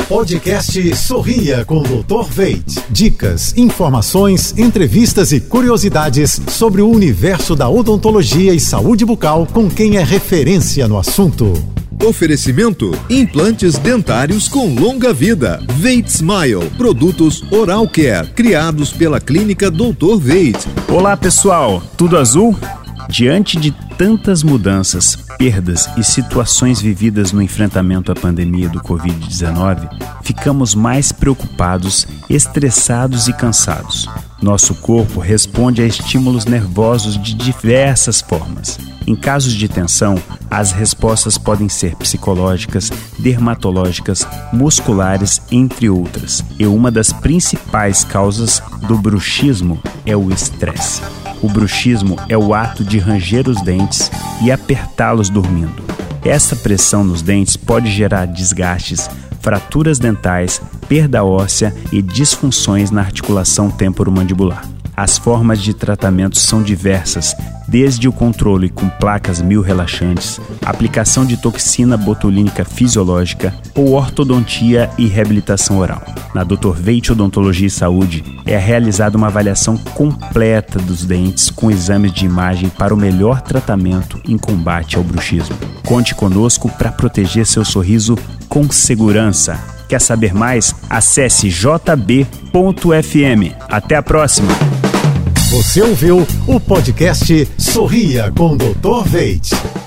Podcast Sorria com o Dr. Veit. Dicas, informações, entrevistas e curiosidades sobre o universo da odontologia e saúde bucal com quem é referência no assunto. Oferecimento: implantes dentários com longa vida. Veit Smile, produtos Oral Care, criados pela Clínica Dr. Veit. Olá pessoal, tudo azul? Diante de tantas mudanças, perdas e situações vividas no enfrentamento à pandemia do Covid-19, ficamos mais preocupados, estressados e cansados. Nosso corpo responde a estímulos nervosos de diversas formas. Em casos de tensão, as respostas podem ser psicológicas, dermatológicas, musculares, entre outras. E uma das principais causas do bruxismo é o estresse. O bruxismo é o ato de ranger os dentes e apertá-los dormindo. Essa pressão nos dentes pode gerar desgastes, fraturas dentais, perda óssea e disfunções na articulação temporomandibular. As formas de tratamento são diversas, desde o controle com placas mio-relaxantes, aplicação de toxina botulínica fisiológica ou ortodontia e reabilitação oral. Na Dr. Veit Odontologia e Saúde é realizada uma avaliação completa dos dentes com exames de imagem para o melhor tratamento em combate ao bruxismo. Conte conosco para proteger seu sorriso com segurança. Quer saber mais? Acesse jb.fm. Até a próxima! Você ouviu o podcast Sorria com o Dr. Veit.